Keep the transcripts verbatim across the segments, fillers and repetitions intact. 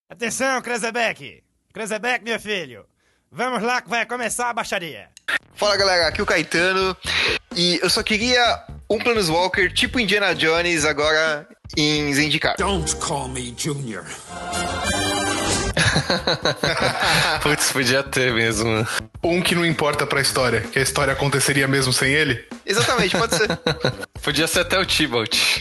Atenção, Krezebeck! Krezebeck, meu filho! Vamos lá que vai começar a baixaria. Fala, galera, aqui é o Caetano. E eu só queria um Planeswalker tipo Indiana Jones agora em Zendikar. Don't call me Junior. Putz, podia ter mesmo. Um que não importa pra história, que a história aconteceria mesmo sem ele? Exatamente, pode ser. Podia ser até o Tybalt.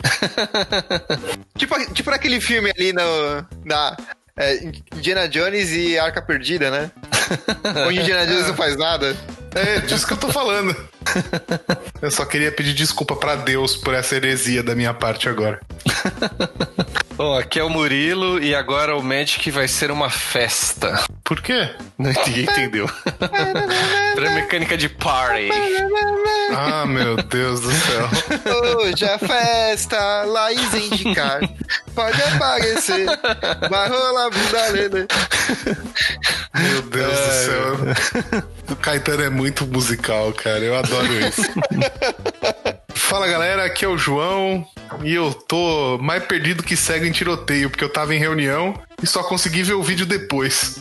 tipo, tipo naquele filme ali no, na é, Indiana Jones e Arca Perdida, né? Onde Indiana Jones não faz nada. É, disso que eu tô falando. Eu só queria pedir desculpa pra Deus por essa heresia da minha parte agora. Bom, aqui é o Murilo e agora o Magic vai ser uma festa. Por quê? Ninguém entendeu. Pra mecânica de party. Ah, meu Deus do céu. Hoje a festa lá em Zendikar. Pode aparecer. Vai rolar bunda lele. Meu Deus é, do céu. O Caetano é muito musical, cara. Eu adoro isso. Fala, galera. Aqui é o João. E eu tô mais perdido que cego em tiroteio, porque eu tava em reunião e só consegui ver o vídeo depois.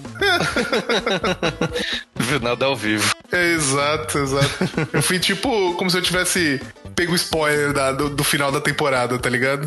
Viu nada ao vivo. É, exato, exato. Eu fui tipo como se eu tivesse pego o spoiler da, do, do final da temporada, tá ligado?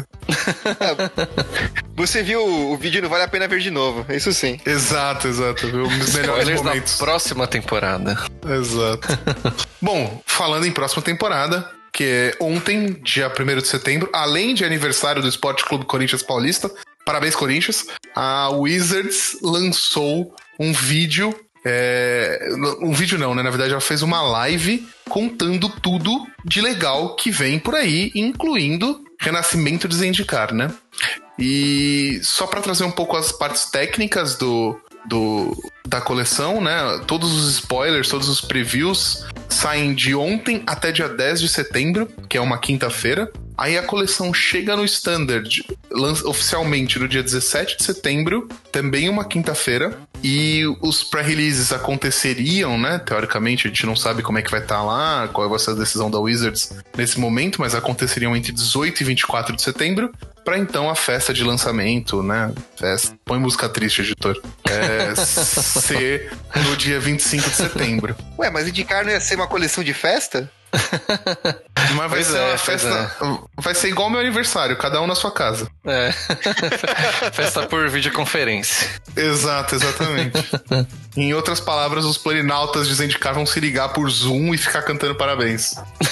Você viu o vídeo, não vale a pena ver de novo, isso sim. Exato, exato. Viu? Os melhores Spoilers momentos da próxima temporada. Exato. Bom, falando em próxima temporada, que é ontem, dia primeiro de setembro, além de aniversário do Esporte Clube Corinthians Paulista, parabéns, Corinthians, a Wizards lançou um vídeo, é, um vídeo não, né? Na verdade ela fez uma live contando tudo de legal que vem por aí, incluindo Renascimento de Zendikar, né? E só para trazer um pouco as partes técnicas do... Do, da coleção, né? Todos os spoilers, todos os previews saem de ontem até dia dez de setembro, que é uma quinta-feira. Aí a coleção chega no Standard oficialmente no dia dezessete de setembro, também uma quinta-feira. E os pré-releases aconteceriam, né? Teoricamente, a gente não sabe como é que vai estar lá, qual vai ser a decisão da Wizards nesse momento, mas aconteceriam entre dezoito e vinte e quatro de setembro. Pra então a festa de lançamento, né? Festa. Põe música triste, editor. É, ser no dia vinte e cinco de setembro. Ué, mas Zendikar não ia ser uma coleção de festa? Mas vai pois ser é, uma festa. É. Vai ser igual meu aniversário, cada um na sua casa. É. Festa por videoconferência. Exato, exatamente. Em outras palavras, os planinautas de Zendikar vão se ligar por Zoom e ficar cantando parabéns.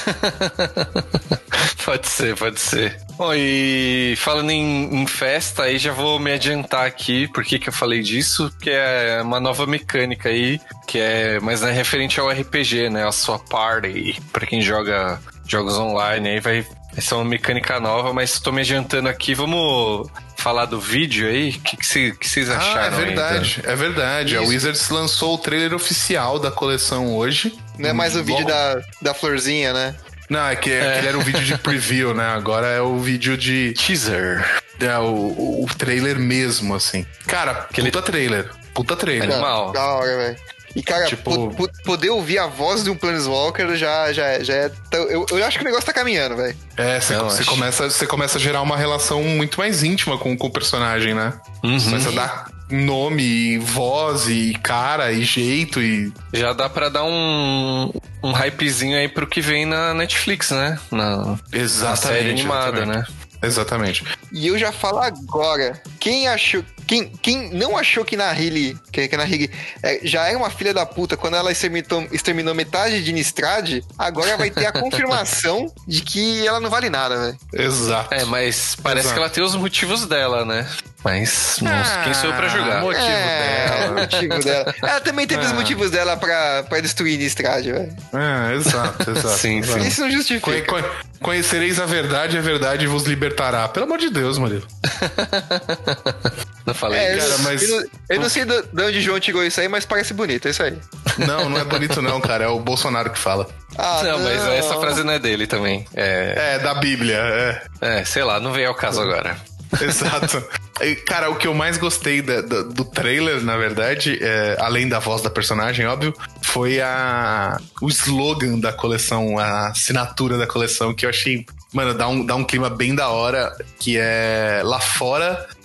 Pode ser, pode ser. Bom, e falando em, em festa, aí já vou me adiantar aqui, por que que eu falei disso, que é uma nova mecânica aí, que é, mas é referente ao R P G, né, a sua party, pra quem joga jogos online, aí vai, vai ser uma mecânica nova, mas tô me adiantando aqui, vamos falar do vídeo aí, o que, que, cê, que vocês acharam? Ah, é verdade, então? é verdade, Isso. A Wizards lançou o trailer oficial da coleção hoje. Não é mais o vídeo da, da florzinha, né? Não, é que, é. que ele era um vídeo de preview, né? Agora é o vídeo de... Teaser. É, o, o trailer mesmo, assim. Cara, Aquele... puta trailer. Puta trailer. Animal. Da hora, velho. E, cara, Tipo... po- po- poder ouvir a voz de um Planeswalker já, já, já é... Eu, eu acho que o negócio tá caminhando, velho. É, você acho. começa, você começa a gerar uma relação muito mais íntima com, com o personagem, né? Uhum. Você começa a dar nome, e voz, e cara, e jeito, e... Já dá pra dar um, um hypezinho aí pro que vem na Netflix, né? Na, Exatamente, na série animada, exatamente. né? Exatamente. E eu já falo agora, quem achou... Quem, quem não achou que Nahili, que, que Nahili é, já era uma filha da puta quando ela exterminou, exterminou metade de Nistrad, agora vai ter a confirmação de que ela não vale nada, velho. Exato. É, mas parece Exato. que ela tem os motivos dela, né? Mas, nossa, quem sou eu pra julgar? motivo é, dela. o motivo dela. Ela também teve os Ah. motivos dela pra, pra destruir Nistrad, velho. É, exato, exato. Sim, exato. sim. Isso não justifica. Conhe- conhe- Conhecereis a verdade e a verdade vos libertará. Pelo amor de Deus, Murilo. Não falei. É, eu, cara, mas- eu, não, eu não sei do- de onde o João tirou isso aí, mas parece bonito, é isso aí. Não, não é bonito não, cara. É o Bolsonaro que fala. Ah, Não, mas essa frase não é dele também. É, É, da Bíblia, é. é sei lá, não veio ao caso agora. Exato. E, cara, o que eu mais gostei da- da- do trailer, na verdade, é, além da voz da personagem, óbvio, foi a, o slogan da coleção, a assinatura da coleção, que eu achei, mano, dá um, dá um clima bem da hora, que é lá fora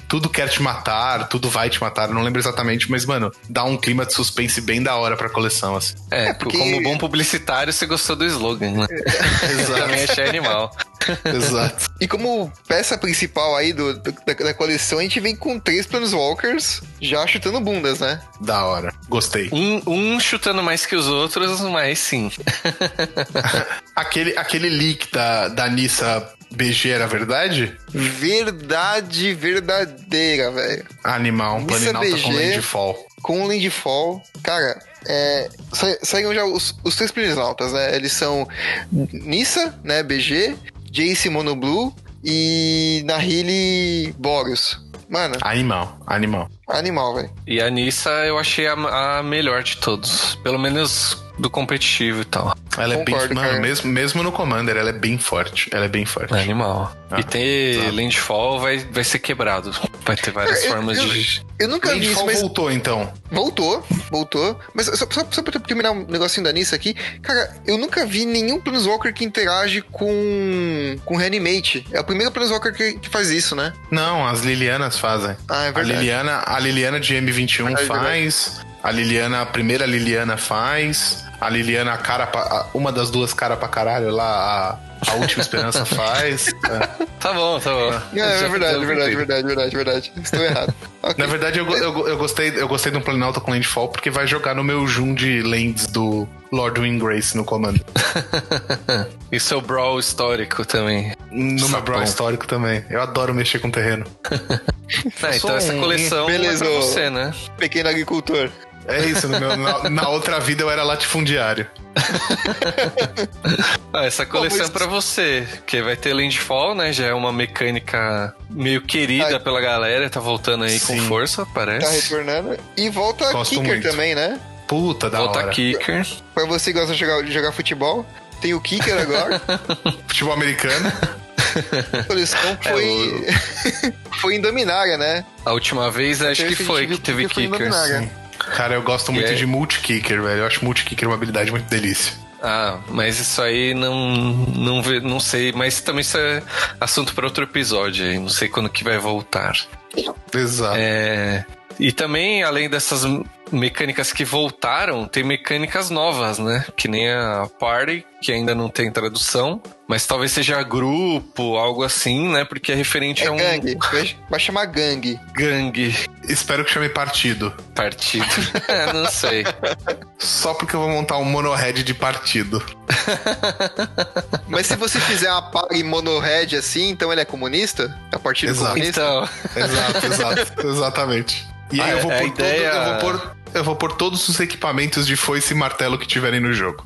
tudo quer te matar, tudo vai te matar. Não lembro exatamente, mas, mano, dá um clima de suspense bem da hora pra coleção, assim. É, É, porque- como bom publicitário, você gostou do slogan, né? Eu também achei animal. Exato. E como peça principal aí do, do- da, da coleção, a gente vem com três Planeswalkers já chutando bundas, né? Da hora. Gostei. Um, um chutando mais que os outros, mas sim. Aquele, aquele leak da, da Nissa B G era verdade? Verdade verdadeira, velho. Animal, um Nissa Planinauta B G. com Landfall. Com o Landfall, cara, é, sa- saíram já os, os três Planeswalkers, né? Eles são Nissa, né, B G, Jace Mono Blue e Nahili Boros. Mano, Animal, animal. animal, velho. E a Nissa eu achei a, a melhor de todos. Pelo menos do competitivo e tal. Ela é Concordo, bem. Mano, cara. mesmo, mesmo no Commander, ela é bem forte. Ela é bem forte. É animal. Ah, e ter exato. Landfall vai, vai ser quebrado. Vai ter várias Eu- formas eu- de... Eu nunca vi isso, Landfall mas voltou, então. voltou, voltou. Mas só, só, só pra terminar um negocinho da Nissa aqui, cara, eu nunca vi nenhum Planeswalker que interage com com Reanimate. É o primeiro Planeswalker que, que faz isso, né? Não, as Lilianas fazem. Ah, é A verdade. Liliana, a Liliana de M vinte e um Verdade, faz. A Liliana, a primeira Liliana faz. A Liliana, a cara pra, a- uma das duas cara pra caralho lá, a, a Última Esperança faz. É. Tá bom, tá bom. É, Já é verdade, deu verdade, pra verdade, verdade, verdade. Estou errado. Ok. Na verdade, eu, go- eu, go- eu gostei, eu gostei do Planalto com Landfall porque vai jogar no meu Jun de Lands do Lord Windgrace no comando. E seu brawl histórico também. No meu Sapão. Brawl histórico também. Eu adoro mexer com terreno. Ah, então essa um- coleção Beleza, é pra ô. você, né? Pequeno agricultor. É isso, no meu- na, na outra vida eu era latifundiário. Ah, essa coleção mas- é pra você, que vai ter Landfall, né? Já é uma mecânica meio querida Ah, pela galera, tá voltando aí sim. com força, Tá parece. retornando. E volta Gosto Kicker muito. também, né? Puta da Volta hora. Kicker. Pra você que gosta de jogar, de jogar futebol, tem o Kicker agora. Futebol americano. A coleção É, foi... foi em Dominária, né? A última vez acho que Terça a foi gente que viu teve que foi em Kickers. Dominária. Cara, eu gosto muito E aí? de multi-kicker, velho. Eu acho multi-kicker uma habilidade muito delícia. Ah, mas isso aí não, não, vê- não sei, mas também isso é assunto para outro episódio aí, não sei quando que vai voltar. Exato. É, e também, além dessas mecânicas que voltaram, tem mecânicas novas, né? Que nem a Party, que ainda não tem tradução, mas talvez seja grupo, algo assim, né? Porque é referente É a um gangue. Vai, vai chamar gangue. gangue Espero que chame partido. partido. É, não sei. Só porque eu vou montar um monohead de partido. Mas se você fizer uma party monohead assim, então ele é comunista? É partido Exato. comunista? Então, Exato, exato. Exatamente. E aí A- eu vou a pôr ideia- todo, eu vou pôr, eu vou pôr todos os equipamentos de foice e martelo que tiverem no jogo.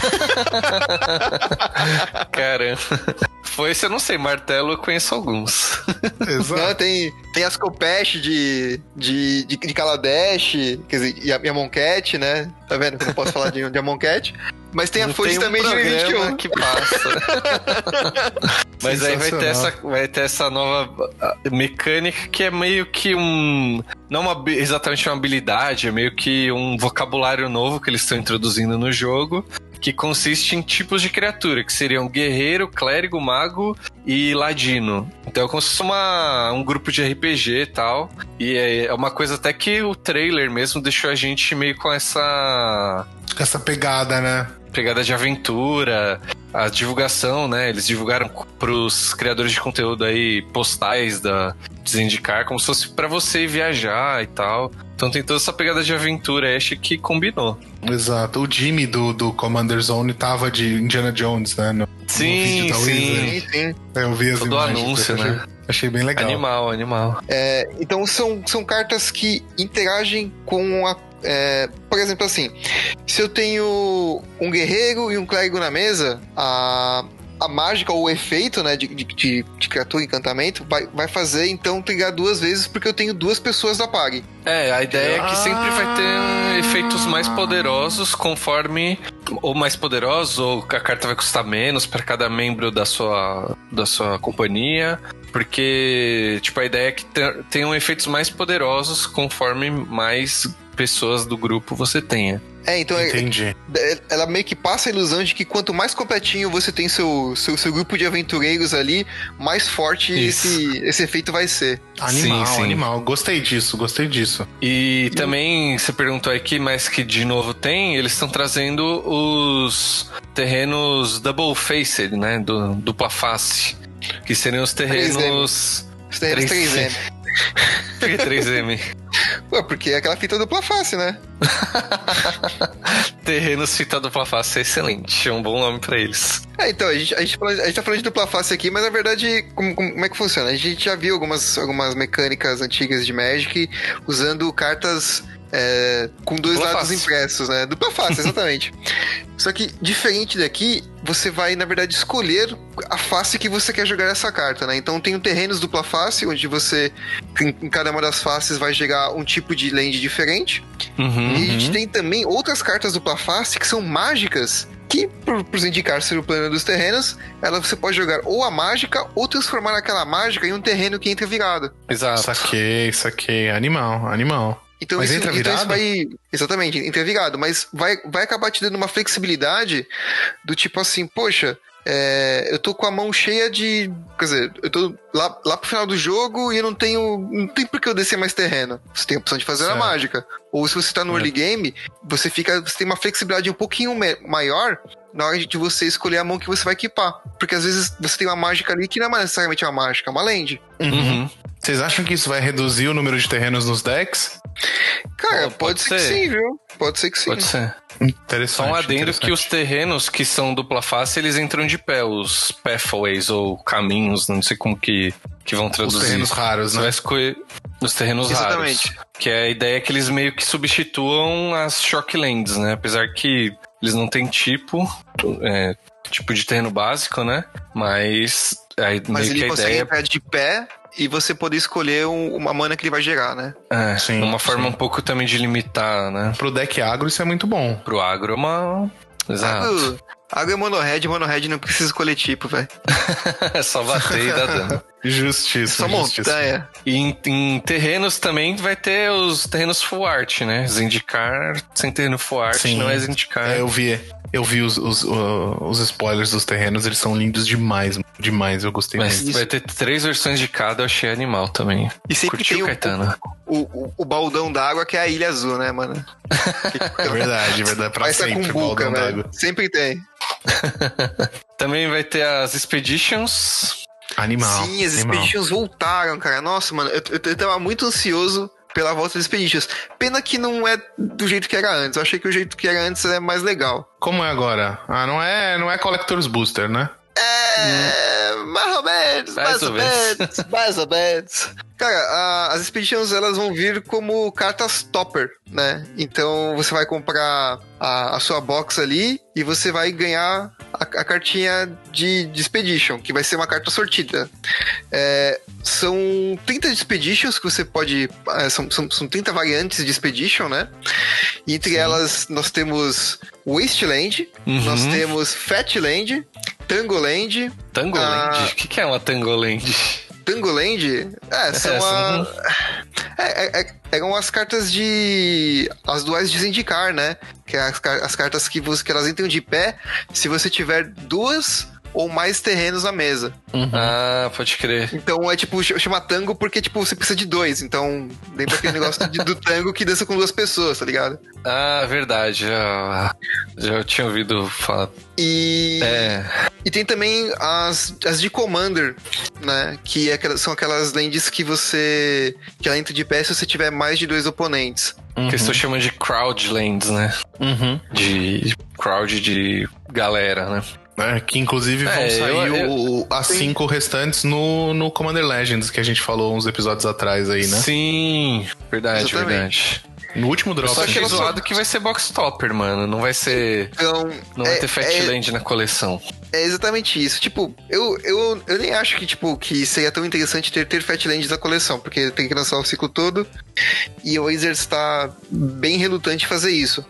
caramba. Foi, se eu não sei, martelo eu conheço alguns. Não, Exato. tem, tem as Copesh de, de, de, de Kaladesh, quer dizer, e a, e a Moncat, né? Tá vendo que eu não posso falar de, de Amonkhet? Mas tem a Não foice tem um também de programa vinte e um. que passa. Mas aí vai ter, essa, Sensacional. vai ter essa nova ah, mecânica que é meio que um... Não uma, habi- exatamente uma habilidade, é meio que um vocabulário novo que eles estão introduzindo no jogo, que consiste em tipos de criatura, que seriam guerreiro, clérigo, mago e ladino. Então é como se fosse uma, um grupo de R P G e tal. E é é uma coisa até que o trailer mesmo deixou a gente meio com essa... Essa pegada, né? pegada de aventura, a divulgação, né? Eles divulgaram pros criadores de conteúdo aí postais da Zendikar, como se fosse pra você viajar e tal. Então tem toda essa pegada de aventura, acho que combinou. Exato. O Jimmy do, do Commander Zone tava de Indiana Jones, né? No, Sim, no vídeo da sim. Wizard. Sim, sim. Eu vi as Todo imagens, anúncio, achei, né? Achei bem legal. Animal, animal. É, então são, são cartas que interagem com a. É, por exemplo, assim, se eu tenho um guerreiro e um clérigo na mesa, a, a mágica ou o efeito, né, de, de, de, de criatura, encantamento, vai, vai fazer então trigar duas vezes porque eu tenho duas pessoas da party. É, a ideia é que sempre vai ter efeitos mais poderosos conforme... Ou mais poderosos, ou a carta vai custar menos para cada membro da sua, da sua companhia. Porque, tipo, a ideia é que te- tenham efeitos mais poderosos conforme mais pessoas do grupo você tenha. É, então é- Entendi. é- ela meio que passa a ilusão de que quanto mais completinho você tem seu, seu, seu grupo de aventureiros ali, mais forte Isso. esse, esse efeito vai ser. Animal, Sim, sim. animal. Gostei disso, gostei disso. E também, você perguntou aqui, mas que de novo tem, eles estão trazendo os terrenos double faced, né? Do, dupla face. Que seriam os terrenos. Os terrenos três M. Por que três M? Ué, porque é aquela fita dupla face, né? Terrenos fita dupla face é excelente, é um bom nome pra eles. É, então, a gente, a, gente, fala- a gente tá falando de dupla face aqui, mas na verdade, como, como- como é que funciona? A gente já viu algumas, algumas mecânicas antigas de Magic usando cartas é, com dois Dupla lados face. impressos, né? Dupla face, exatamente. Só que, diferente daqui, você vai, na verdade, escolher a face que você quer jogar essa carta, né? Então, tem o terrenos dupla face, onde você, em, em cada uma das faces, vai gerar um tipo de land diferente. Uhum. E a gente tem também outras cartas dupla face que são mágicas, que, por, por indicar ser o plano dos terrenos, ela você pode jogar ou a mágica, ou transformar aquela mágica em um terreno que entra virado. Exato. Saquei, saquei. Animal, animal. Então, Mas isso, entra então isso virado? vai. Exatamente, entra virado. Mas vai, vai acabar te dando uma flexibilidade do tipo assim, poxa. é, eu tô com a mão cheia de. Quer dizer, eu tô lá, lá pro final do jogo e eu não tenho. Não tem por que eu descer mais terreno. Você tem a opção de fazer Certo. a mágica. Ou se você tá no É. early game, você fica. Você tem uma flexibilidade um pouquinho me- maior na hora de você escolher a mão que você vai equipar. Porque às vezes você tem uma mágica ali que não é necessariamente uma mágica, é uma land. Uhum. Vocês acham que isso vai reduzir o número de terrenos nos decks? Cara, Pô, pode, pode ser que ser. sim, viu? Pode ser que sim. Pode ser. Interessante. Só um adendo interessante. que os terrenos que são dupla face, eles entram de pé, os pathways ou caminhos, não sei como que, que vão Os traduzir. terrenos raros, Você né? vai escolher os terrenos Exatamente. raros. Que é a ideia que eles meio que substituam as Shocklands, né? Apesar que eles não têm tipo, é, tipo de terreno básico, né? Mas, aí, Mas meio ele que a consegue ideia entrar de pé e você poder escolher um- uma mana que ele vai gerar, né? é Sim, uma forma sim. um pouco também de limitar, né? Pro deck agro isso é muito bom. Pro agro é uma... Exato. Água, água é mono-red, mono-red não precisa escolher tipo, velho. É só bater e dar dano. Justiça, Só justiça. montanha. E em, em terrenos também vai ter os terrenos full art, né? Zendikar sem terreno full art Sim. não é Zendikar. É, eu vi, eu vi os, os, uh, os spoilers dos terrenos, eles são lindos demais, demais, eu gostei Mas muito. vai ter três versões de cada, eu achei animal também. E sempre Curtiu, tem o, Caetano? o, o, o baldão d'água que é a Ilha Azul, né, mano? É verdade, é verdade, pra Vai estar sempre, com buca, baldão velho. d'água. Sempre tem. Também vai ter as Expeditions. Animal. Sim, as animal. Expeditions voltaram, cara. Nossa, mano, eu, eu, eu tava muito ansioso pela volta das Expeditions. Pena que não é do jeito que era antes. Eu achei que o jeito que era antes é mais legal. Como é agora? Ah, não é, não é Collector's Booster, né? É, mais ou menos, mais, Mais ou ou menos. menos, mais ou menos. Cara, a- as Expeditions, elas vão vir como cartas topper, né? Então, você vai comprar a, a sua box ali e você vai ganhar a, a cartinha de, de Expedition, que vai ser uma carta sortida. É, são trinta Expeditions que você pode... é, são, são, são trinta variantes de Expedition, né? E entre elas, nós temos Wasteland, Uhum. nós temos Fatland, Tangoland... Tangoland? Ah. O que, que é uma Tangoland? Tangoland? É, são É, a... são- É, é, é, eram as cartas de... As duais de Zendikar, né? Que é as, car- as cartas que, você, que elas entram de pé se você tiver duas ou mais terrenos na mesa. Ah, pode crer. Então é tipo, ch- chama tango porque tipo, você precisa de dois. Então lembra aquele negócio de- do tango que dança com duas pessoas, tá ligado? Ah, verdade. Já, já tinha ouvido falar. E... É. E tem também as, as de Commander, né? Que é aquelas, são aquelas lands que você... Que ela entra de pé se você tiver mais de dois oponentes. Que eles estão chamando de Crowdlands, né? Uhum. De crowd de galera, né? É, que inclusive vão É, sair eu- eu- o- as cinco restantes no, no Commander Legends, que a gente falou uns episódios atrás aí, né? Sim, verdade, Exatamente. verdade. No último drop. Só que achei ela só- zoado que vai ser box topper, mano. Não vai ser. Então... Não é, vai ter Fatland na coleção. É exatamente isso. Tipo, eu, eu, eu nem acho que, tipo, que seria tão interessante ter, ter Fatlands na coleção, porque tem que lançar o ciclo todo e o Wizards está bem relutante em fazer isso.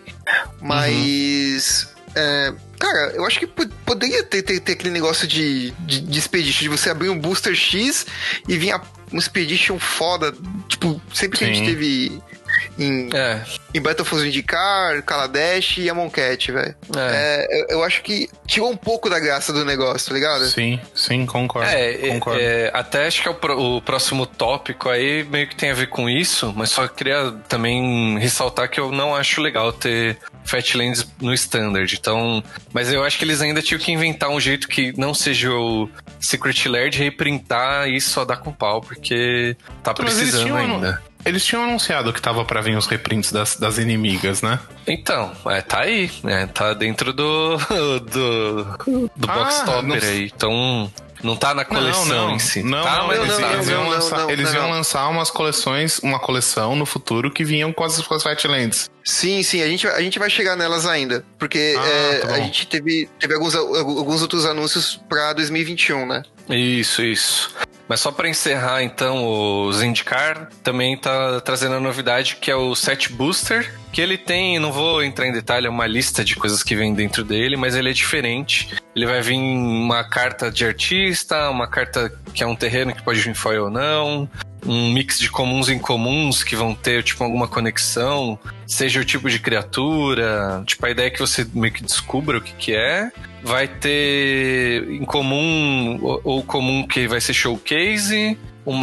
Mas... é, cara, eu acho que po- poderia ter, ter, ter aquele negócio de, de, de Expedition, de você abrir um Booster X e vir a- um Expedition foda. Tipo, sempre que a gente Sim. teve em, É. em Battle for Zendikar, Kaladesh e Amon Cat, velho. É. É, eu, eu acho que tirou um pouco da graça do negócio, tá ligado? Sim, sim, concordo. É, concordo. é, é, até acho que é o, pro- o próximo tópico aí meio que tem a ver com isso, mas só queria também ressaltar que eu não acho legal ter Fatlands no Standard, então... Mas eu acho que eles ainda tinham que inventar um jeito que não seja o Secret Lair de reprintar e só dar com pau, porque tá Mas eles precisando tinham, ainda. eles tinham anunciado que tava pra vir os reprints das, das inimigas, né? Então, é, tá aí, né? Tá dentro do do, do box Ah, topper não- aí, então... Não tá na coleção não, não, em si. Não, tá, não, mas eles, não, eles não, iam, não, lançar, não, eles não, iam não. lançar umas coleções, uma coleção no futuro que vinham com as, com as Fatlands. Sim, sim, a gente, a gente vai chegar nelas ainda. Porque Ah, é, tá bom. a gente teve, teve alguns, alguns outros anúncios pra dois mil e vinte e um, né? Isso, isso. Mas só pra encerrar, então, o Zendikar também tá trazendo a novidade que é o Set Booster, que ele tem, não vou entrar em detalhe, é uma lista de coisas que vem dentro dele, mas ele é diferente. Ele vai vir uma carta de artista, uma carta que é um terreno que pode vir foil ou não, um mix de comuns e incomuns que vão ter, tipo, alguma conexão, seja o tipo de criatura, tipo, a ideia é que você meio que descubra o que que é. Vai ter em comum, ou- ou comum que vai ser showcase,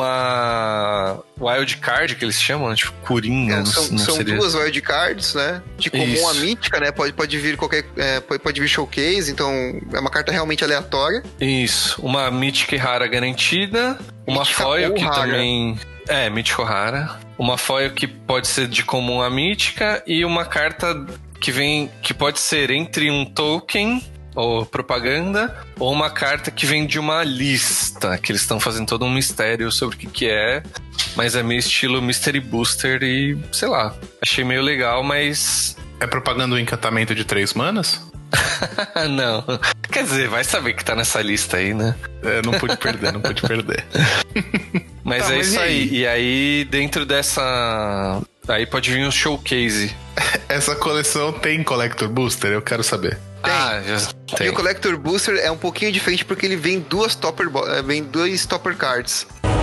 uma wild card que eles chamam, né? Tipo, coringa, É, não, são não são seria... duas wildcards, né? De comum Isso. a mítica, né? Pode, pode vir qualquer. é, pode, pode vir showcase, então é uma carta realmente aleatória. Isso, uma Mythic rara garantida, uma Mítica foil ou que rara. também... É, Mythic rara. Uma foil que pode ser de comum a mítica e uma carta que vem... que pode ser entre um token... ou propaganda, ou uma carta que vem de uma lista, que eles estão fazendo todo um mistério sobre o que que é, mas é meio estilo Mystery Booster e, sei lá, achei meio legal, mas... É propaganda do encantamento de três manas? não, quer dizer, vai saber que tá nessa lista aí, né? É, não pude perder, não pude perder. Mas Tá, é mas isso e aí? aí? E aí, dentro dessa... Aí pode vir um showcase. Essa coleção tem Collector Booster? Eu quero saber. Tem. Ah, já E tem. o Collector Booster é um pouquinho diferente porque ele vem duas topper, bo- eh, vem dois topper cards.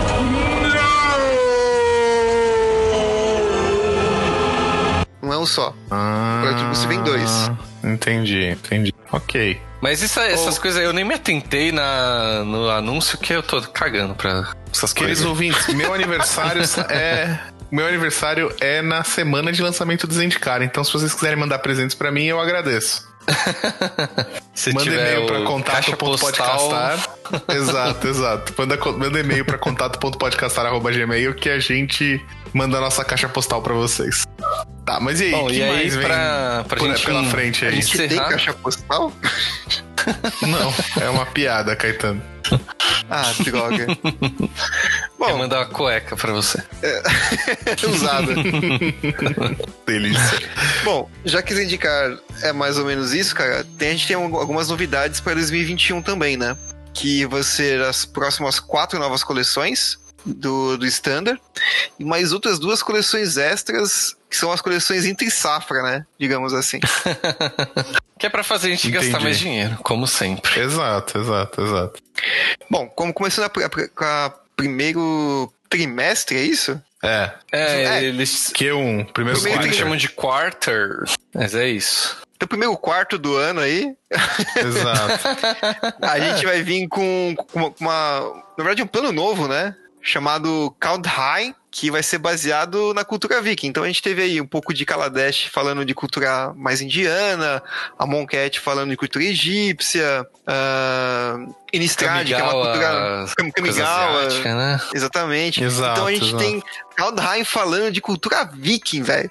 Não é um só. Ah, Collector Booster vem dois. Entendi, entendi. Ok. Mas isso, essas coisas aí, eu nem me atentei na, no anúncio que eu tô cagando pra essas Queridos coisas. ouvintes, meu aniversário é... Meu aniversário é na semana de lançamento do Zendikar, então se vocês quiserem mandar presentes pra mim, eu agradeço. Se Manda tiver e-mail pra o contato caixa ponto postal- podcastar. Exato, exato. Manda, co- manda e-mail pra contato ponto podcastar arroba gmail que a gente manda a nossa caixa postal pra vocês. Tá, mas e aí? Bom, que e aí mais vem pra, pra por- gente pela frente a aí? gente Que tem encerrar? caixa postal? Não, é uma piada, Caetano. Ah, droga. Quer Bom, mandar uma cueca pra você. usada. Delícia. Bom, já que Zendikar é mais ou menos isso, cara, tem, a gente tem al- algumas novidades para dois mil e vinte e um também, né? Que vão ser as próximas quatro novas coleções do, do Standard e mais outras duas coleções extras, que são as coleções entre safra, né? Digamos assim. Que é pra fazer a gente Entendi. gastar mais dinheiro, como sempre. Exato, exato, exato. Bom, como começando a, pr- a, pr- com a primeiro trimestre, é isso? É. É, É. eles, Q um, primeiro Primeiro eles quarto. chamam de quarter, mas é isso. No primeiro quarto do ano aí, Exato. a gente vai vir com, com uma, com uma- na verdade, um plano novo, né? Chamado Kaldheim, que vai ser baseado na cultura viking. Então a gente teve aí um pouco de Kaladesh falando de cultura mais indiana, a Moncat falando de cultura egípcia, uh, Innistrad, que é uma cultura Kam- coisa Kamigawa, asiática, né? exatamente. Exato, então a gente exato. tem Kaldheim falando de cultura viking, velho.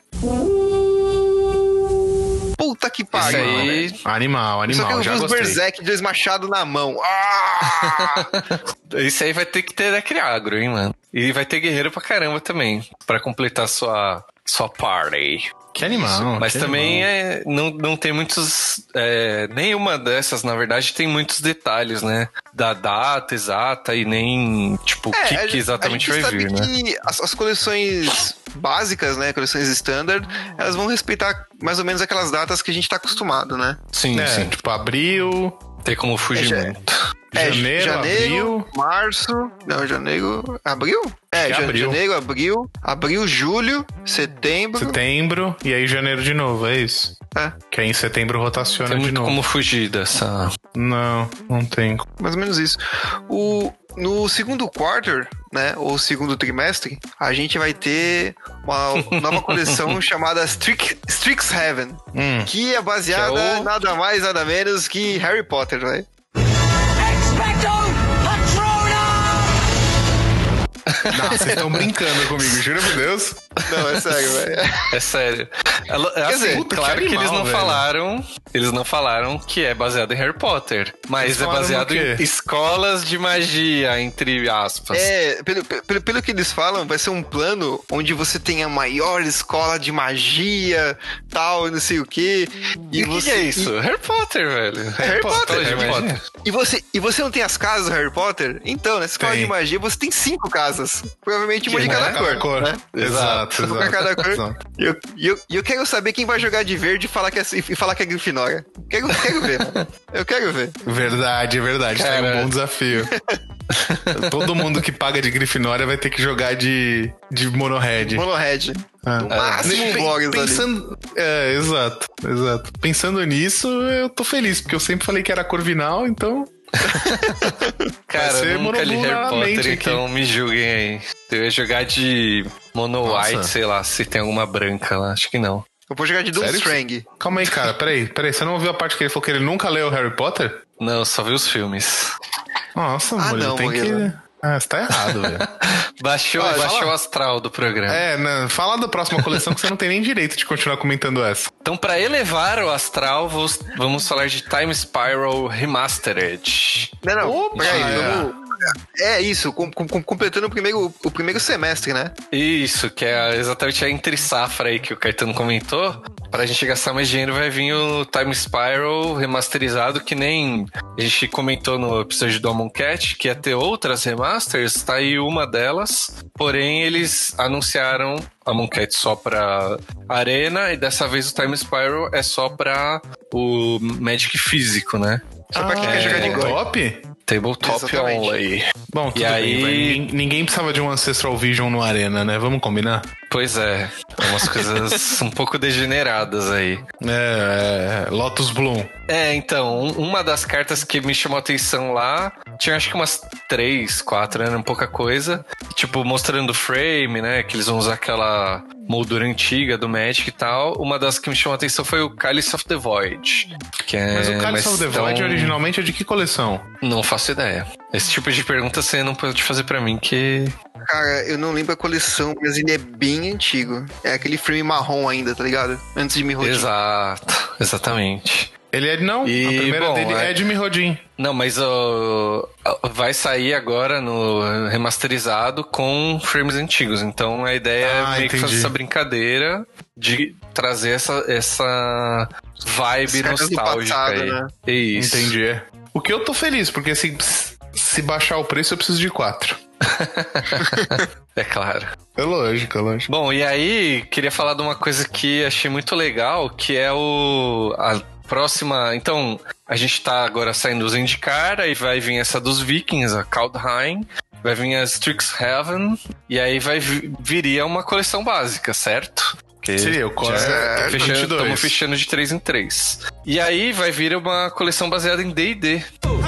Puta que Isso pariu, aí, velho. Animal, Só que animal, eu vi já os gostei. Berserk, dois machados na mão. Ah! isso aí vai ter que ter deck agro, hein, mano. E vai ter guerreiro pra caramba também, pra completar sua, sua party. Que animal. Mas que também animal. é, não, não tem muitos... é, nenhuma dessas, na verdade, tem muitos detalhes, né? Da data exata e nem, tipo, o que, É, a que gente- exatamente a gente vai sabe vir, né? que as, as coleções básicas, né, coleções standard, elas vão respeitar mais ou menos aquelas datas que a gente tá acostumado, né? Sim, É, sim. tipo, abril. Tem como fugir É, já- muito. É, Janeiro, janeiro, abril. março. Não, janeiro. Abril? É, Acho que ja- abril. janeiro, abril. Abril, julho, setembro. Setembro e aí janeiro de novo, é isso. É, Que aí em setembro rotaciona Tem de muito novo. como fugir dessa. Não, não tem. mais ou menos isso. O, no segundo quarter, né? Ou segundo trimestre, a gente vai ter uma nova coleção chamada Strix, Strixhaven. Hum. Que é baseada Que é o- nada mais, nada menos que Harry Potter, né? Não, vocês estão brincando comigo, juro por Deus. Não, é sério, velho. É sério. Ela- é assim, dizer, puta, claro que que, eles animal, não velho. falaram. Eles não falaram que é baseado em Harry Potter. Mas Eles é falaram no baseado quê? em escolas de magia, entre aspas. É, pelo, pelo, pelo que eles falam, vai ser um plano onde você tem a maior escola de magia, tal, não sei o quê. E o que, você, que é isso? Harry Potter, velho. Harry Potter, Escola de Harry magia. Potter. E você, e você não tem as casas do Harry Potter? Então, nessa escola Tem. de magia você tem cinco casas. Provavelmente uma de Que, cada né? cor. Cada cor. Né? Exato, Uma pra exato. cada cor. exato. E eu, e eu, e eu quero saber quem vai jogar de verde e falar que é, e falar que é Grifinória. Quero, quero ver. Eu quero ver. Verdade, é verdade. Tá aí Cara. um bom desafio. Todo mundo que paga de Grifinória vai ter que jogar de, de Monohead. Monohead. Ah. No máximo um Pe- Boris ali. Pensando, é, exato, exato. Pensando nisso, eu tô feliz, porque eu sempre falei que era Corvinal, então. Cara, ser eu nunca li Harry monobluramente Potter, aqui. então me julguem aí. Eu ia jogar de Mono Nossa. White, sei lá, se tem alguma branca lá. Acho que não. Eu vou jogar de Sério? Doomstrang. Calma aí, cara, peraí, peraí. Você não ouviu a parte que ele falou que ele nunca leu Harry Potter? Não, só vi os filmes. Nossa, Ah, Murilo, não, tem Murilo. que. Ah, você tá errado, velho. Baixou, Olha, baixou fala- o astral do programa. É, não, fala da próxima coleção que você não tem nem direito de continuar comentando essa. Então, pra elevar o astral, vos- vamos falar de Time Spiral Remastered. Não, não. Opa! Peraí, vamos... É isso, com- com- com- completando o primeiro, o primeiro semestre, né? Isso, que é exatamente a entre safra aí que o Caetano comentou. Pra gente gastar mais dinheiro, vai vir o Time Spiral remasterizado, que nem a gente comentou no episódio do Amon Cat, que ia ter outras remasters, tá aí uma delas. Porém, eles anunciaram Amon Cat só pra Arena, e dessa vez o Time Spiral é só pra o Magic físico, né? Só pra quem quer jogar de é Goy. top? Tabletop Exatamente. only. Bom, tudo E bem, aí- vai. Ninguém, ninguém precisava de um Ancestral Vision no Arena, né? Vamos combinar? Pois é, umas coisas um pouco degeneradas aí. É, é, Lotus Bloom. É, então, um- uma das cartas que me chamou a atenção lá, tinha acho que umas três, quatro, né? Era pouca coisa. Tipo, mostrando o frame, né? Que eles vão usar aquela moldura antiga do Magic e tal. Uma das que me chamou a atenção foi o Cálice of the Void. Que é, Mas o Cálice of the então, Void originalmente é de que coleção? Não faço ideia. Esse tipo de pergunta você não pode fazer pra mim, que... Cara, eu não lembro a coleção, mas ele é bem antigo. É aquele frame marrom ainda, tá ligado? Antes de me rodar. Exato, exatamente. Ele é. Não, E, a primeira bom, dele é- é de Mirrodin. Não, mas ó, vai sair agora no remasterizado com frames antigos. Então a ideia Ah, é meio que entendi. fazer essa brincadeira de trazer essa, essa vibe As cartas do nostálgica passado, aí. né? Isso. Entendi. O que eu tô feliz, porque assim, se baixar o preço eu preciso de quatro. É claro. É lógico, é lógico. Bom, e aí queria falar de uma coisa que achei muito legal, que é o a próxima. Então, a gente tá agora saindo dos Zendikar, aí vai vir essa dos Vikings, a Kaldheim. Vai vir a Strixhaven, e aí vai vi- viria uma coleção básica, certo? Porque Seria o Core é vinte e dois. Estamos fechando de três em três. E aí vai vir uma coleção baseada em D e D.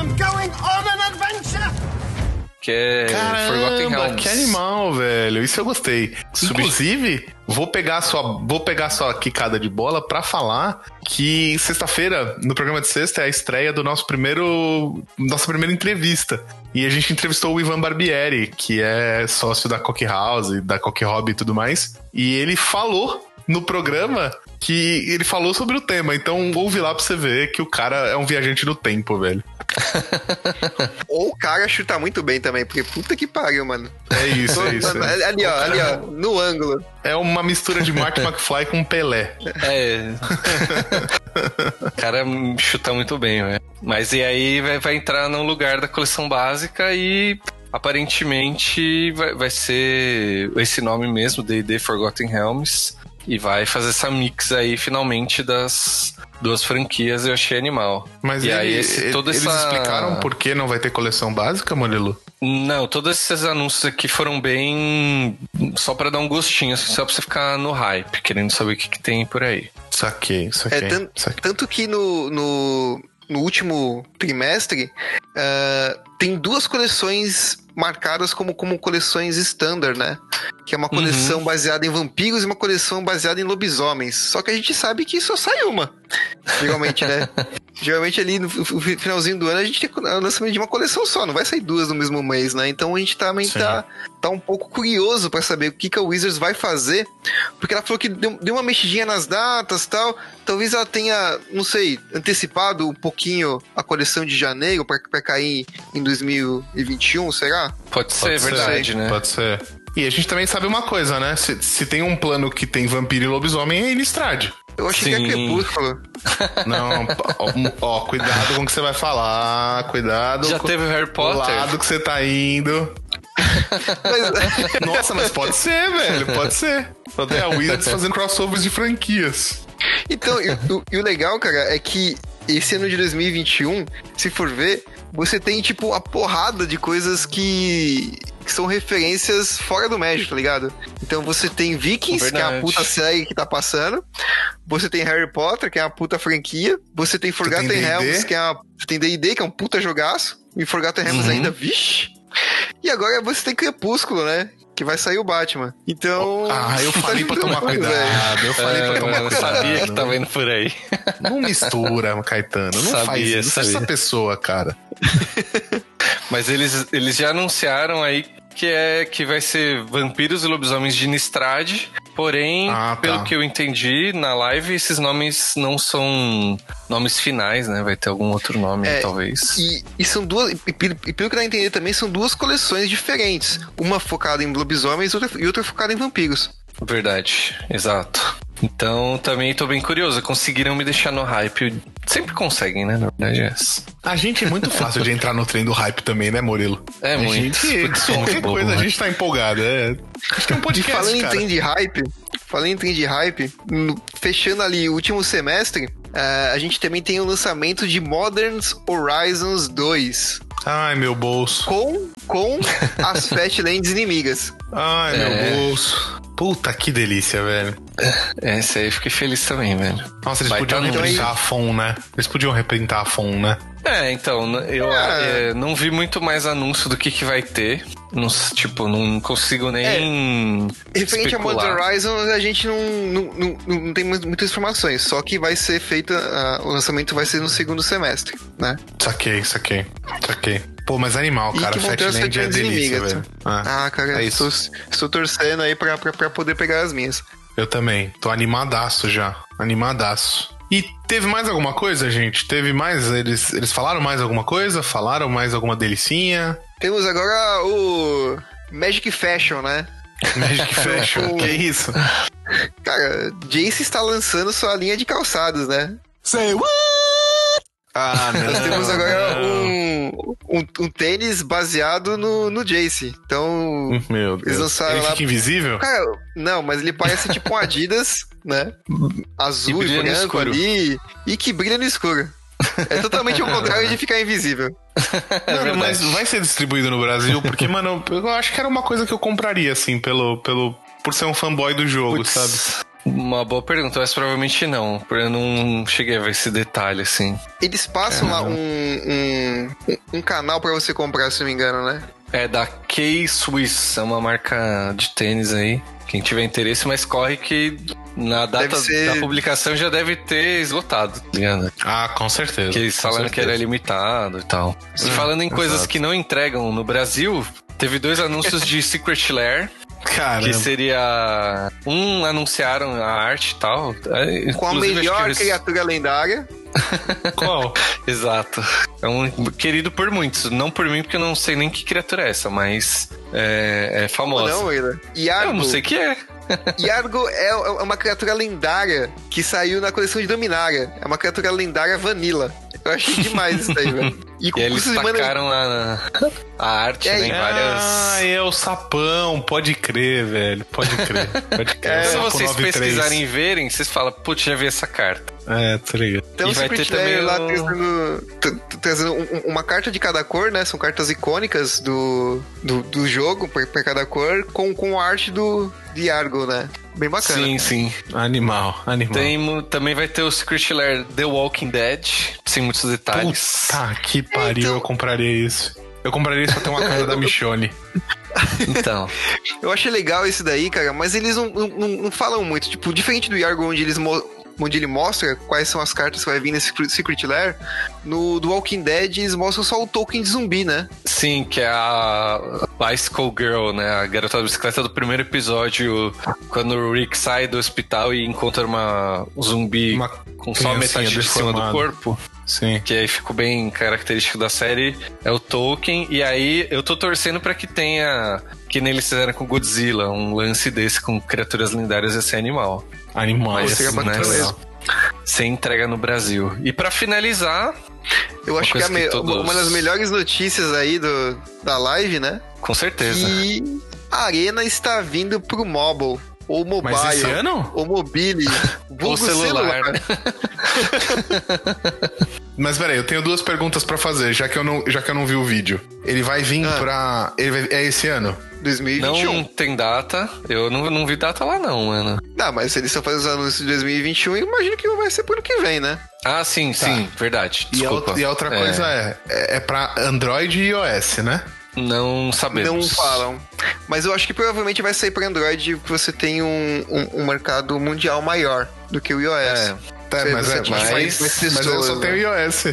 Que é Forgotten Caramba, Realms. que animal, velho. Isso eu gostei. Subst- Inclusive, vou pegar a sua, vou pegar a sua quicada de bola pra falar que sexta-feira, no programa de sexta, é a estreia do nosso primeiro, nossa primeira entrevista. E a gente entrevistou o Ivan Barbieri, que é sócio da Coque House, da Coque Hobby e tudo mais. E ele falou no programa que ele falou sobre o tema. Então ouve lá pra você ver que o cara é um viajante do tempo, velho. Ou o cara chuta muito bem também, porque puta que pariu, mano. É isso, é isso. é. Ali, ó, ali, ó, no ângulo. É uma mistura de Mark McFly com Pelé. É. O cara chuta muito bem, velho. Mas e aí vai, vai entrar no lugar da coleção básica e aparentemente vai, vai ser esse nome mesmo, D e D Forgotten Realms. E vai fazer essa mix aí finalmente das duas franquias, eu achei animal. Mas e ele, aí esse, toda eles essa... explicaram por que não vai ter coleção básica, Murilo? Não, todos esses anúncios aqui foram bem... só pra dar um gostinho, assim, só pra você ficar no hype, querendo saber o que, que tem por aí. Saquei, saquei. É, tan- saquei. tanto que no, no, no último trimestre uh, tem duas coleções marcadas como, como coleções standard, né? Que é uma coleção uhum. baseada em vampiros e uma coleção baseada em lobisomens. Só que a gente sabe que só sai uma. Geralmente, né? Geralmente ali no finalzinho do ano a gente tem o lançamento de uma coleção só. Não vai sair duas no mesmo mês, né? Então a gente também tá, tá um pouco curioso pra saber o que, que a Wizards vai fazer. Porque ela falou que deu, deu uma mexidinha nas datas e tal. Talvez ela tenha, não sei, antecipado um pouquinho a coleção de janeiro pra, pra cair em dois mil e vinte e um, será? Pode ser, Pode verdade, ser, né? Pode ser. E a gente também sabe uma coisa, né? Se, se tem um plano que tem vampiro e lobisomem, é Innistrad. Eu achei Sim. que é Crepúsculo. Não, ó, cuidado com o que você vai falar, cuidado Já com teve Harry Potter? o lado que você tá indo. Mas, nossa, mas pode ser, velho, pode ser. Pode ter a Wizards fazendo crossovers de franquias. Então, e o, e o legal, cara, é que esse ano de dois mil e vinte e um, se for ver, você tem, tipo, a porrada de coisas que... que são referências fora do Magic, tá ligado? Então você tem Vikings, Verdade. que é a puta série que tá passando. Você tem Harry Potter, que é uma puta franquia. Você tem Forgotten tem Realms, que é uma... Tem D e D, que é um puta jogaço. E Forgotten Realms uhum. ainda, vixe. E agora você tem Crepúsculo, né? Que vai sair o Batman. Então... Ah, eu falei pra tomar cuidado. Eu falei é, pra tomar eu cuidado. Eu sabia que tava indo por aí. Não mistura, Caetano. Não sabia, faz isso. Sabia. Essa pessoa, cara. Mas eles, eles já anunciaram aí que é que vai ser Vampiros e Lobisomens de Innistrad. Porém, ah, tá. pelo que eu entendi na live, esses nomes não são nomes finais, né? Vai ter algum outro nome, é, talvez. E, e são duas. E, e pelo que dá a entender também, são duas coleções diferentes. Uma focada em lobisomens outra, e outra focada em vampiros. Verdade, exato. Então, também tô bem curioso. Conseguiram me deixar no hype. Sempre conseguem, né? Na verdade, é essa. A gente é muito fácil de entrar no trem do hype também, né, Murilo? É a muito. Gente, qualquer coisa a gente tá empolgado. É. Acho que é um podcast, e falando cara. em trem de hype, falando em trem de hype, no, fechando ali o último semestre, uh, a gente também tem o lançamento de Modern Horizons dois. Ai, meu bolso. Com, com as Fatlands inimigas. Ai, é. meu bolso. Puta, que delícia, velho. É, esse aí eu fiquei feliz também, velho. Nossa, eles Vai podiam tá reprintar aí. a F O N, né? Eles podiam reprintar a F O N, né? É, então, eu É. é, não vi muito mais anúncio do que que vai ter. Não, tipo, não consigo nem Referente a especular. Modern Horizons, a gente não, não, não, não tem muitas informações. Só que vai ser feita, uh, o lançamento vai ser no segundo semestre, né? Saquei, saquei, saquei. Pô, mas animal, E cara. que vão ter as Fatland é Fatlands delícia, inimigas. velho. Ah, Ah, cara, é estou, isso. estou torcendo aí pra, pra, pra poder pegar as minhas. Eu também. Tô animadaço já. Animadaço. E teve mais alguma coisa, gente? Teve mais? Eles, eles falaram mais alguma coisa? Falaram mais alguma delicinha? Temos agora o Magic Fashion, né? Magic Fashion. O- Que isso? Cara, Jace está lançando sua linha de calçados, né? Say what? Ah, não. Nós temos agora não. um, um, um tênis baseado no, no Jace. Então, Meu Deus. eles lançaram Ele lá... fica invisível? Cara, não, mas ele parece tipo um Adidas, né? Azul E e, brilha no branco escuro. ali. E que brilha no escuro. É totalmente o contrário de ficar invisível. Mano, mas vai ser distribuído no Brasil? Porque, mano, eu acho que era uma coisa que eu compraria, assim, pelo, pelo, por ser um fanboy do jogo, Putz, sabe? Uma boa pergunta, mas provavelmente não. Eu não cheguei a ver esse detalhe, assim. Eles passam lá um, um, um canal pra você comprar, se não me engano, né? É da K-Swiss, é uma marca de tênis aí. Quem tiver interesse, mas corre que na data Deve ser- da publicação já deve ter esgotado, tá ligado? Ah, com certeza. Porque eles com falaram que certeza. era limitado e tal. E falando em coisas exato. que não entregam no Brasil, teve dois anúncios de Secret Lair, Caramba. que seria... Um anunciaram a arte e tal. é, Com a inclusive, acho melhor que eles- criatura lendária. Qual? Exato. É um querido por muitos. Não por mim, porque eu não sei nem que criatura é essa, mas é, é famosa. Não, Willa. Yargo, Eu não sei o que é. Yargo é, é uma criatura lendária que saiu na coleção de Dominaria. É uma criatura lendária vanilla. Eu achei demais isso daí, velho. E com E eles custas humanos- tacaram a, a arte, É, né, em várias... Ah, é o sapão, pode crer, velho. Pode crer. Pode crer. É, o Se sapo vocês nove três. pesquisarem e verem, vocês falam, putz, já vi essa carta. É, tá ligado. Então E o vai Secret ter Lair também lá o- trazendo, t- t- trazendo um- uma carta de cada cor, né? São cartas icônicas do, do, do jogo, pra, pra cada cor, com, com a arte do de Argo, né? Bem bacana. Sim, sim. Animal, animal. Tem, mu- também vai ter o Secret Lair The Walking Dead, sem muitos detalhes. Puta que pariu, Então- eu compraria isso. Eu compraria isso pra ter uma carta da Michonne. Então, Eu achei legal esse daí, cara, mas eles não, não, não- não falam muito. Tipo, diferente do Yargo, onde eles mo- onde ele mostra quais são as cartas que vai vir nesse Secret Lair, no do Walking Dead eles mostram só o token de zumbi, né? sim, que é a Bicycle Girl, né? A garota da bicicleta do primeiro episódio, quando o Rick sai do hospital e encontra uma um zumbi Uma com só criancinha metade de cima do deformada. corpo. Sim. Que aí ficou bem característico da série, é o Tolkien. E aí eu tô torcendo pra que tenha, que nem eles fizeram com Godzilla, um lance desse com criaturas lendárias e ser animal. Animal. Mas seria assim, bacana né, mesmo. sem entrega no Brasil. E pra finalizar, Eu acho que, coisa a me- que todos- uma das melhores notícias aí do, da live, né? com certeza. Que a Arena está vindo pro mobile. Ou mobile. Mas esse ano? Ou mobile. Ou vulgo celular, né? Mas peraí, eu tenho duas perguntas pra fazer, já que eu não, já que eu não vi o vídeo. Ele vai vir Ah. pra... Ele vai- é esse ano? dois mil e vinte e um. Não tem data. Eu não, não vi data lá, não, mano. Não, mas se eles estão fazendo os anúncios de dois mil e vinte e um, eu imagino que vai ser pro ano que vem, né? Ah, sim, sim, verdade. E a, Desculpa. outra- e a outra É, coisa é, é, é pra Android e iOS, né? Não sabemos. Não falam. Mas eu acho que provavelmente vai sair para Android, que você tem um, um, um mercado mundial maior do que o iOS. É. Tá, Você- mas, você é, te mas, faz- mas, faz eu pessoas, só né? tenho iOS.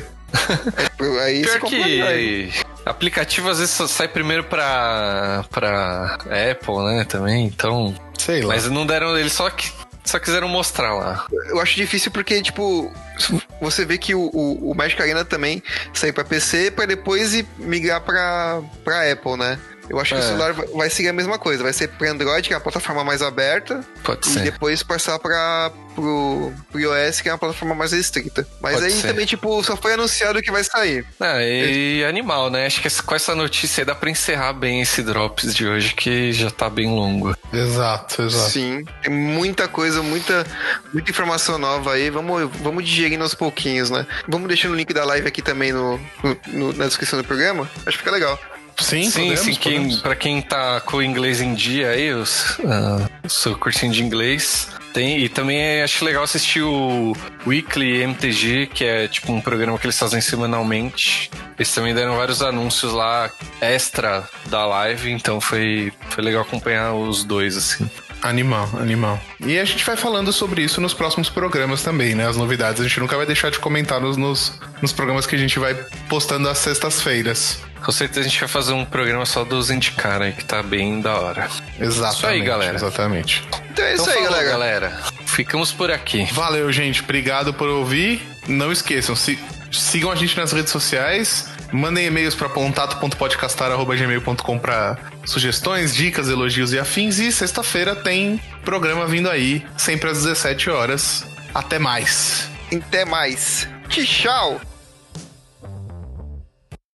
Aí você Pior compra Android. que aplicativo às vezes só sai primeiro pra, pra Apple, né, também, então... Sei lá. Mas não deram, eles só, que- só quiseram mostrar lá. Eu acho difícil porque, tipo, você vê que o, o, o Magic Arena também saiu pra P C pra depois ir migrar pra, pra Apple, né? Eu acho que É. o celular vai- vai seguir a mesma coisa. Vai ser pra Android, que é uma plataforma mais aberta, Pode e ser. depois passar pra, pro, pro iOS, que é uma plataforma mais restrita. Mas Pode aí ser. também, tipo, só foi anunciado que vai sair. Ah, e animal, né? Acho que essa- com essa notícia aí dá pra encerrar bem esse Drops de hoje, que já tá bem longo. Exato, exato. Sim, tem muita coisa, muita, muita informação nova aí. Vamos, vamos digerindo aos pouquinhos, né? Vamos deixando o link da live aqui também no, no- no- na descrição do programa. Acho que fica legal. Sim, Sim, podemos, sim, quem, podemos. pra quem tá com o inglês em dia aí, os, ah, o seu cursinho de inglês, tem, e também é- acho legal assistir o Weekly M T G, que é tipo um programa que eles fazem semanalmente. Eles também deram vários anúncios lá extra da live, então foi, foi legal acompanhar os dois, assim. Animal, animal. E a gente vai falando sobre isso nos próximos programas também, né? As novidades. A gente nunca vai deixar de comentar nos, nos, nos programas que a gente vai postando às sextas-feiras. Com certeza a gente vai fazer um programa só dos indicar aí, que tá bem da hora. Exatamente. Isso aí, galera. Exatamente. Então é isso Então aí, falou, galera. galera. Ficamos por aqui. Valeu, gente. Obrigado por ouvir. Não esqueçam, se- sigam a gente nas redes sociais. Mandem e-mails para contato ponto podcastar arroba gmail ponto com para sugestões, dicas, elogios e afins. E sexta-feira tem programa vindo aí, sempre às dezessete horas. Até mais. Até mais. Tchau.